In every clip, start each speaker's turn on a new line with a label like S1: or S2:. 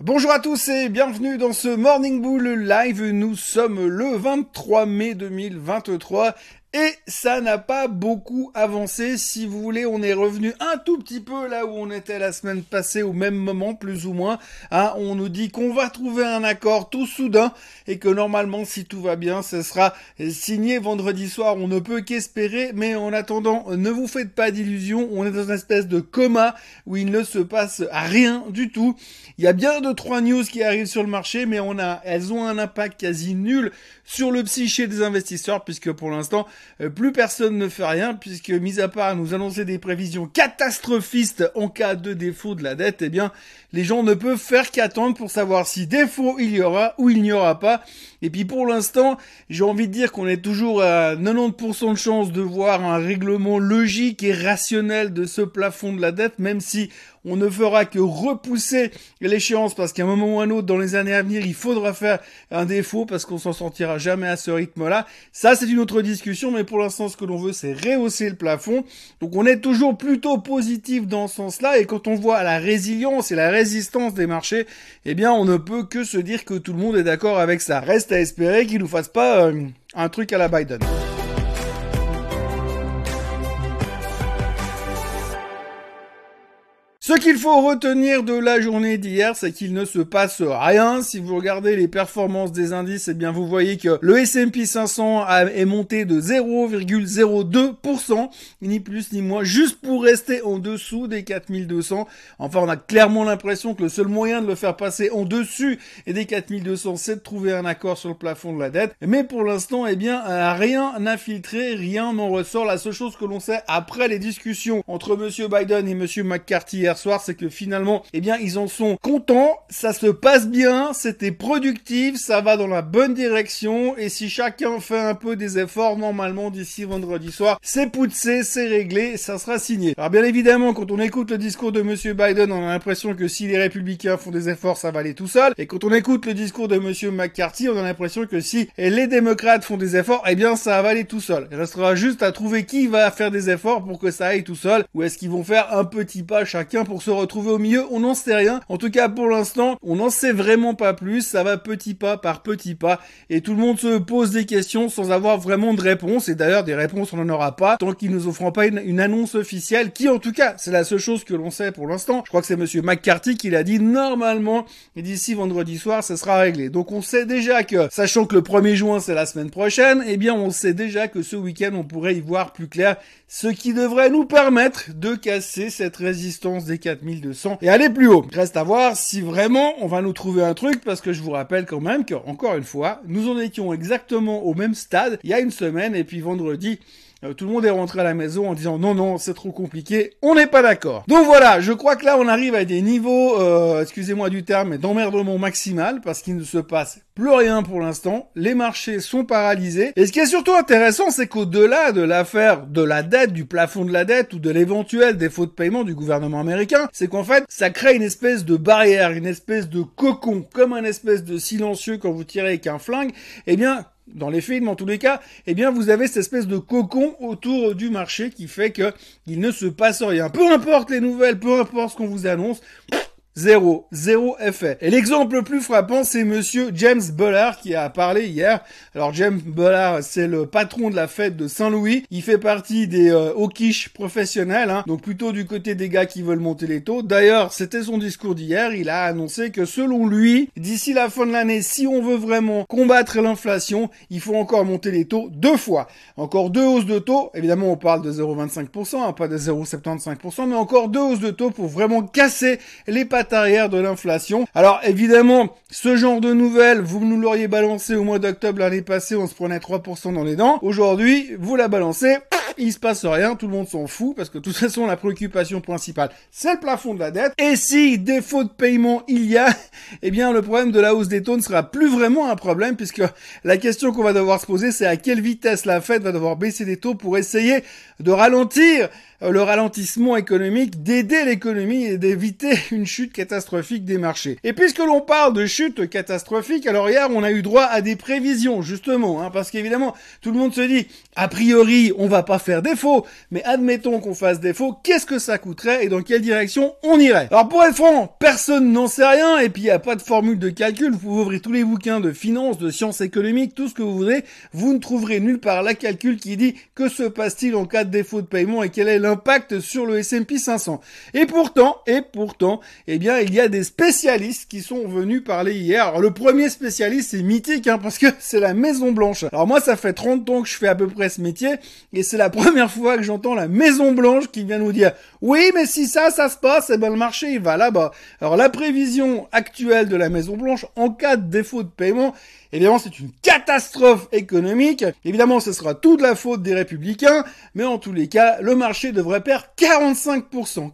S1: Bonjour à tous et bienvenue dans ce Morning Bull Live. Nous sommes le 23 mai 2023 et ça n'a pas beaucoup avancé. Si vous voulez, on est revenu un tout petit peu là où on était la semaine passée au même moment, plus ou moins. On nous dit qu'on va trouver un accord tout soudain et que normalement, si tout va bien, ce sera signé vendredi soir. On ne peut qu'espérer, mais en attendant, ne vous faites pas d'illusions. On est dans une espèce de coma où il ne se passe rien du tout. Il y a bien 2-3 news qui arrivent sur le marché, mais elles ont un impact quasi nul sur le psyché des investisseurs, puisque pour l'instant, plus personne ne fait rien, puisque mis à part nous annoncer des prévisions catastrophistes en cas de défaut de la dette, eh bien, les gens ne peuvent faire qu'attendre pour savoir si défaut il y aura ou il n'y aura pas. Et puis pour l'instant, j'ai envie de dire qu'on est toujours à 90% de chance de voir un règlement logique et rationnel de ce plafond de la dette, même si on ne fera que repousser l'échéance parce qu'à un moment ou un autre dans les années à venir, il faudra faire un défaut parce qu'on s'en sortira jamais à ce rythme-là. Ça, c'est une autre discussion, mais pour l'instant, ce que l'on veut, c'est rehausser le plafond. Donc, on est toujours plutôt positif dans ce sens-là. Et quand on voit la résilience et la résistance des marchés, eh bien, on ne peut que se dire que tout le monde est d'accord avec ça. Reste à espérer qu'il nous fasse pas un truc à la Biden. Ce qu'il faut retenir de la journée d'hier, c'est qu'il ne se passe rien. Si vous regardez les performances des indices, eh bien vous voyez que le S&P 500 est monté de 0,02%, ni plus ni moins, juste pour rester en dessous des 4200. Enfin, on a clairement l'impression que le seul moyen de le faire passer en dessus et des 4200, c'est de trouver un accord sur le plafond de la dette. Mais pour l'instant, eh bien, rien n'a filtré, rien n'en ressort. La seule chose que l'on sait après les discussions entre monsieur Biden et monsieur McCarthy hier soir, c'est que finalement, eh bien, ils en sont contents, ça se passe bien, c'était productif, ça va dans la bonne direction, et si chacun fait un peu des efforts, normalement, d'ici vendredi soir, c'est poussé, c'est réglé, ça sera signé. Alors bien évidemment, quand on écoute le discours de monsieur Biden, on a l'impression que si les républicains font des efforts, ça va aller tout seul, et quand on écoute le discours de monsieur McCarthy, on a l'impression que si les démocrates font des efforts, eh bien, ça va aller tout seul. Il restera juste à trouver qui va faire des efforts pour que ça aille tout seul, ou est-ce qu'ils vont faire un petit pas chacun pour se retrouver au milieu, on n'en sait rien. En tout cas, pour l'instant, on n'en sait vraiment pas plus. Ça va petit pas par petit pas. Et tout le monde se pose des questions sans avoir vraiment de réponse. Et d'ailleurs, des réponses, on n'en aura pas tant qu'ils nous offront pas une annonce officielle qui, en tout cas, c'est la seule chose que l'on sait pour l'instant. Je crois que c'est monsieur McCarthy qui l'a dit. Normalement, d'ici vendredi soir, ça sera réglé. Donc, on sait déjà que, sachant que le 1er juin, c'est la semaine prochaine, eh bien, on sait déjà que ce week-end, on pourrait y voir plus clair, ce qui devrait nous permettre de casser cette résistance des 4200 et aller plus haut. Reste à voir si vraiment on va nous trouver un truc, parce que je vous rappelle quand même que, encore une fois, nous en étions exactement au même stade il y a une semaine, et puis vendredi, tout le monde est rentré à la maison en disant non, c'est trop compliqué, on n'est pas d'accord. Donc voilà, je crois que là on arrive à des niveaux, excusez-moi du terme, mais d'emmerdement maximal, parce qu'il ne se passe plus rien pour l'instant, les marchés sont paralysés, et ce qui est surtout intéressant, c'est qu'au-delà de l'affaire de la dette, du plafond de la dette, ou de l'éventuel défaut de paiement du gouvernement américain, c'est qu'en fait, ça crée une espèce de barrière, une espèce de cocon, comme un espèce de silencieux quand vous tirez avec un flingue, eh bien, dans les films, en tous les cas, eh bien, vous avez cette espèce de cocon autour du marché qui fait que il ne se passe rien. Peu importe les nouvelles, peu importe ce qu'on vous annonce, zéro effet. Et l'exemple le plus frappant, c'est monsieur James Bullard qui a parlé hier. Alors James Bullard, c'est le patron de la fête de Saint-Louis. Il fait partie des hawkish professionnels, donc plutôt du côté des gars qui veulent monter les taux. D'ailleurs, c'était son discours d'hier. Il a annoncé que selon lui, d'ici la fin de l'année, si on veut vraiment combattre l'inflation, il faut encore monter les taux 2 fois. Encore 2 hausses de taux. Évidemment, on parle de 0,25%, pas de 0,75%, mais encore 2 hausses de taux pour vraiment casser les pattes arrière de l'inflation. Alors évidemment, ce genre de nouvelles, vous nous l'auriez balancé au mois d'octobre l'année passée, on se prenait 3% dans les dents. Aujourd'hui, vous la balancez, il se passe rien, tout le monde s'en fout, parce que de toute façon, la préoccupation principale, c'est le plafond de la dette. Et si défaut de paiement il y a, eh bien le problème de la hausse des taux ne sera plus vraiment un problème, puisque la question qu'on va devoir se poser, c'est à quelle vitesse la Fed va devoir baisser les taux pour essayer de ralentir le ralentissement économique, d'aider l'économie et d'éviter une chute catastrophique des marchés. Et puisque l'on parle de chute catastrophique, alors hier on a eu droit à des prévisions justement, parce qu'évidemment tout le monde se dit a priori on va pas faire défaut, mais admettons qu'on fasse défaut, qu'est-ce que ça coûterait et dans quelle direction on irait? Alors pour être franc, personne n'en sait rien et puis il n'y a pas de formule de calcul, vous pouvez ouvrir tous les bouquins de finance, de sciences économiques, tout ce que vous voudrez, vous ne trouverez nulle part la calcul qui dit que se passe-t-il en cas de défaut de paiement et quel est l'impact sur le S&P 500. Et pourtant, eh bien, il y a des spécialistes qui sont venus parler hier. Alors, le premier spécialiste, c'est mythique, parce que c'est la Maison Blanche. Alors moi, ça fait 30 ans que je fais à peu près ce métier, et c'est la première fois que j'entends la Maison Blanche qui vient nous dire « Oui, mais si ça se passe, eh ben le marché, il va là-bas. » Alors, la prévision actuelle de la Maison Blanche, en cas de défaut de paiement, évidemment, c'est une catastrophe économique. Évidemment, ce sera toute la faute des républicains, mais en tous les cas, le marché devrait perdre 45%.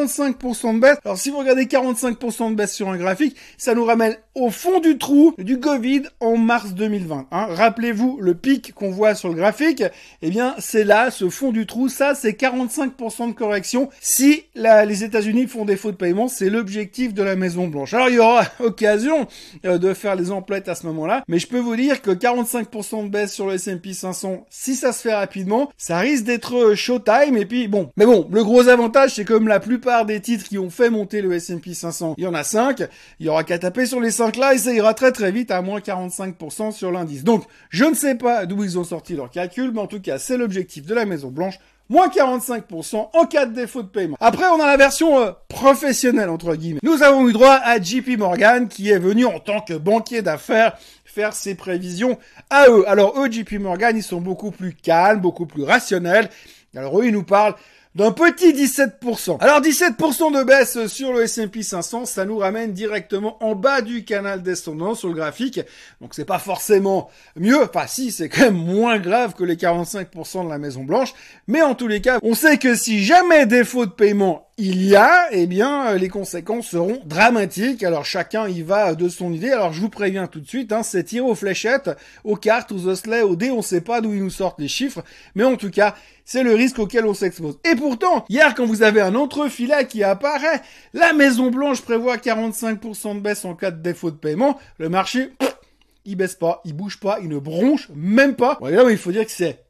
S1: 45% de baisse. Alors, si vous regardez 45% de baisse sur un graphique, ça nous ramène au fond du trou du Covid en mars 2020. Rappelez-vous le pic qu'on voit sur le graphique. Eh bien, c'est là, ce fond du trou. Ça, c'est 45% de correction. Si les États-Unis font défaut de paiement, c'est l'objectif de la Maison Blanche. Alors, il y aura occasion de faire les emplettes à ce moment-là. Mais je peux vous dire que 45% de baisse sur le S&P 500, si ça se fait rapidement, ça risque d'être showtime. Et puis bon, mais bon, le gros avantage, c'est comme la plupart des titres qui ont fait monter le S&P 500, il y en a 5. Il y aura qu'à taper sur les 5 là et ça ira très très vite à moins 45% sur l'indice. Donc, je ne sais pas d'où ils ont sorti leur calcul, mais en tout cas, c'est l'objectif de la Maison Blanche. Moins 45% en cas de défaut de paiement. Après, on a la version professionnelle, entre guillemets. Nous avons eu droit à JP Morgan, qui est venu en tant que banquier d'affaires faire ses prévisions à eux. Alors, eux, JP Morgan, ils sont beaucoup plus calmes, beaucoup plus rationnels. Alors, eux, ils nous parlent d'un petit 17%. Alors 17% de baisse sur le S&P 500, ça nous ramène directement en bas du canal descendant sur le graphique. Donc c'est pas forcément mieux, enfin si, c'est quand même moins grave que les 45% de la Maison Blanche. Mais en tous les cas, on sait que si jamais défaut de paiement il y a, eh bien, les conséquences seront dramatiques. Alors, chacun y va de son idée. Alors, je vous préviens tout de suite, c'est tiré aux fléchettes, aux cartes, aux osselets, aux dés. On sait pas d'où ils nous sortent les chiffres. Mais en tout cas, c'est le risque auquel on s'expose. Et pourtant, hier, quand vous avez un entrefilet qui apparaît, la Maison Blanche prévoit 45% de baisse en cas de défaut de paiement. Le marché, il baisse pas, il bouge pas, il ne bronche même pas. Bon, évidemment, il faut dire que c'est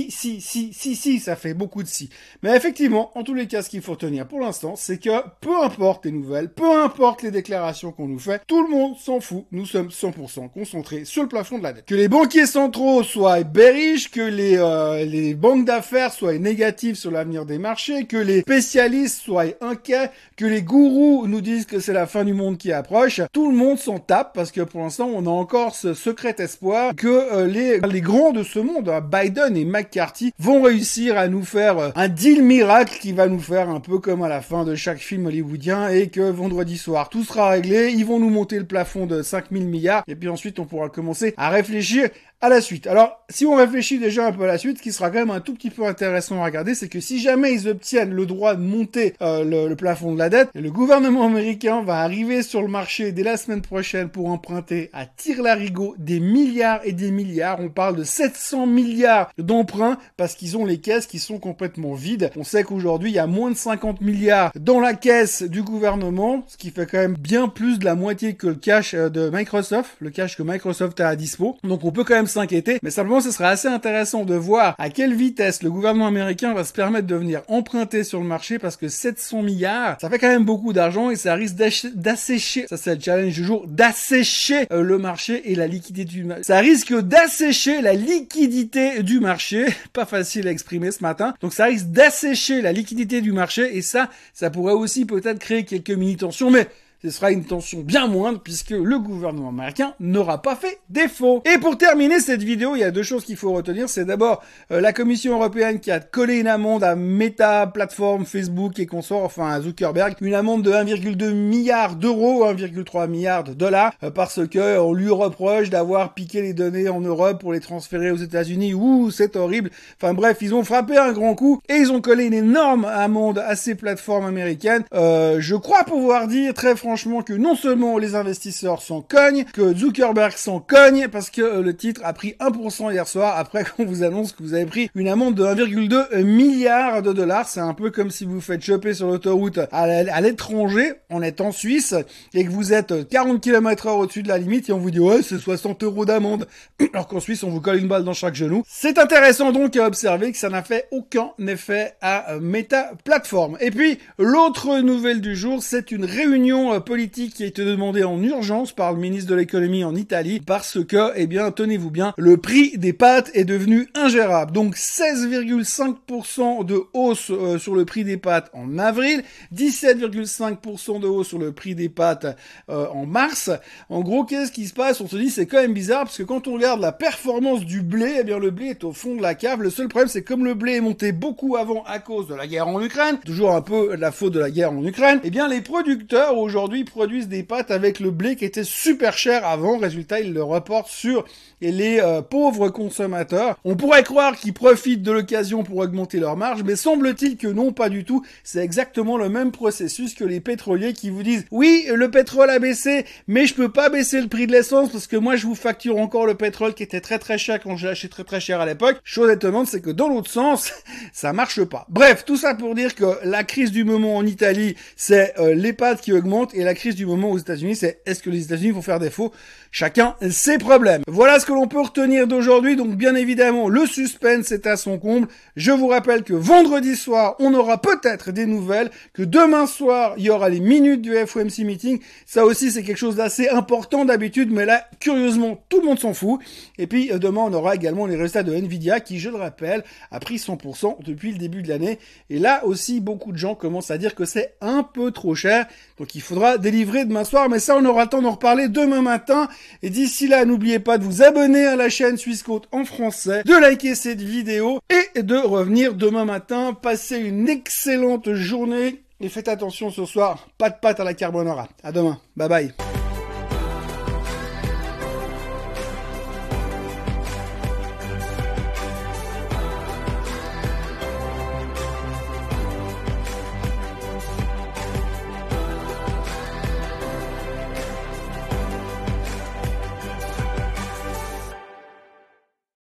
S1: si, ça fait beaucoup de si. Mais effectivement, en tous les cas, ce qu'il faut retenir pour l'instant, c'est que peu importe les nouvelles, peu importe les déclarations qu'on nous fait, tout le monde s'en fout. Nous sommes 100% concentrés sur le plafond de la dette. Que les banquiers centraux soient bearish, que les banques d'affaires soient négatives sur l'avenir des marchés, que les spécialistes soient inquiets, que les gourous nous disent que c'est la fin du monde qui approche, tout le monde s'en tape parce que pour l'instant, on a encore ce secret espoir que les grands de ce monde, Biden et McCarthy, vont réussir à nous faire un deal miracle qui va nous faire un peu comme à la fin de chaque film hollywoodien et que vendredi soir, tout sera réglé, ils vont nous monter le plafond de 5000 milliards et puis ensuite on pourra commencer à réfléchir à la suite. Alors, si on réfléchit déjà un peu à la suite, ce qui sera quand même un tout petit peu intéressant à regarder, c'est que si jamais ils obtiennent le droit de monter le plafond de la dette, le gouvernement américain va arriver sur le marché dès la semaine prochaine pour emprunter à tire-larigot des milliards et des milliards. On parle de 700 milliards d'emprunts parce qu'ils ont les caisses qui sont complètement vides. On sait qu'aujourd'hui, il y a moins de 50 milliards dans la caisse du gouvernement, ce qui fait quand même bien plus de la moitié que le cash de Microsoft, le cash que Microsoft a à dispo. Donc on peut quand même s'inquiéter, mais simplement ce sera assez intéressant de voir à quelle vitesse le gouvernement américain va se permettre de venir emprunter sur le marché parce que 700 milliards, ça fait quand même beaucoup d'argent et ça risque d'assécher, ça c'est le challenge du jour, d'assécher le marché et la liquidité du marché. Ça risque d'assécher la liquidité du marché, pas facile à exprimer ce matin, donc ça risque d'assécher la liquidité du marché et ça pourrait aussi peut-être créer quelques mini-tensions, mais ce sera une tension bien moindre puisque le gouvernement américain n'aura pas fait défaut. Et pour terminer cette vidéo, il y a deux choses qu'il faut retenir. C'est d'abord la Commission européenne qui a collé une amende à Meta, plateforme Facebook et consorts, enfin à Zuckerberg, une amende de 1,2 milliard d'euros, 1,3 milliard de dollars, parce que on lui reproche d'avoir piqué les données en Europe pour les transférer aux États-Unis. Ouh, c'est horrible. Enfin bref, ils ont frappé un grand coup et ils ont collé une énorme amende à ces plateformes américaines. Je crois pouvoir dire très franchement franchement que non seulement les investisseurs s'en cognent, que Zuckerberg s'en cogne, parce que le titre a pris 1% hier soir, après qu'on vous annonce que vous avez pris une amende de 1,2 milliard de dollars. C'est un peu comme si vous faites choper sur l'autoroute à l'étranger, on est en Suisse, et que vous êtes 40 km/h au-dessus de la limite, et on vous dit, ouais, c'est 60 € d'amende. Alors qu'en Suisse, on vous colle une balle dans chaque genou. C'est intéressant donc à observer que ça n'a fait aucun effet à Meta Platform. Et puis, l'autre nouvelle du jour, c'est une réunion politique qui a été demandée en urgence par le ministre de l'économie en Italie, parce que, eh bien, tenez-vous bien, le prix des pâtes est devenu ingérable. Donc, 16,5% de hausse sur le prix des pâtes en avril, 17,5% de hausse sur le prix des pâtes en mars. En gros, qu'est-ce qui se passe? On se dit, c'est quand même bizarre, parce que quand on regarde la performance du blé, eh bien, le blé est au fond de la cave. Le seul problème, c'est que comme le blé est monté beaucoup avant à cause de la guerre en Ukraine, toujours un peu la faute de la guerre en Ukraine, eh bien, les producteurs, aujourd'hui, produisent des pâtes avec le blé qui était super cher avant. Résultat, ils le reportent sur les pauvres consommateurs. On pourrait croire qu'ils profitent de l'occasion pour augmenter leur marge, mais semble-t-il que non, pas du tout. C'est exactement le même processus que les pétroliers qui vous disent, oui, le pétrole a baissé, mais je peux pas baisser le prix de l'essence parce que moi, je vous facture encore le pétrole qui était très très cher quand j'ai acheté très très cher à l'époque. Chose étonnante, c'est que dans l'autre sens, ça marche pas. Bref, tout ça pour dire que la crise du moment en Italie, c'est les pâtes qui augmentent, et la crise du moment aux États-Unis, c'est est-ce que les États-Unis vont faire défaut? Chacun ses problèmes. Voilà ce que l'on peut retenir d'aujourd'hui. Donc bien évidemment, le suspense est à son comble. Je vous rappelle que vendredi soir, on aura peut-être des nouvelles, que demain soir, il y aura les minutes du FOMC meeting. Ça aussi, c'est quelque chose d'assez important d'habitude, mais là, curieusement, tout le monde s'en fout. Et puis demain, on aura également les résultats de Nvidia qui, je le rappelle, a pris 100% depuis le début de l'année. Et là aussi, beaucoup de gens commencent à dire que c'est un peu trop cher. Donc il faudra délivrer demain soir, mais ça, on aura le temps d'en reparler demain matin. Et d'ici là, n'oubliez pas de vous abonner à la chaîne Swissquote en français, de liker cette vidéo et de revenir demain matin. Passez une excellente journée et faites attention ce soir, pas de pâtes à la carbonara. À demain. Bye bye.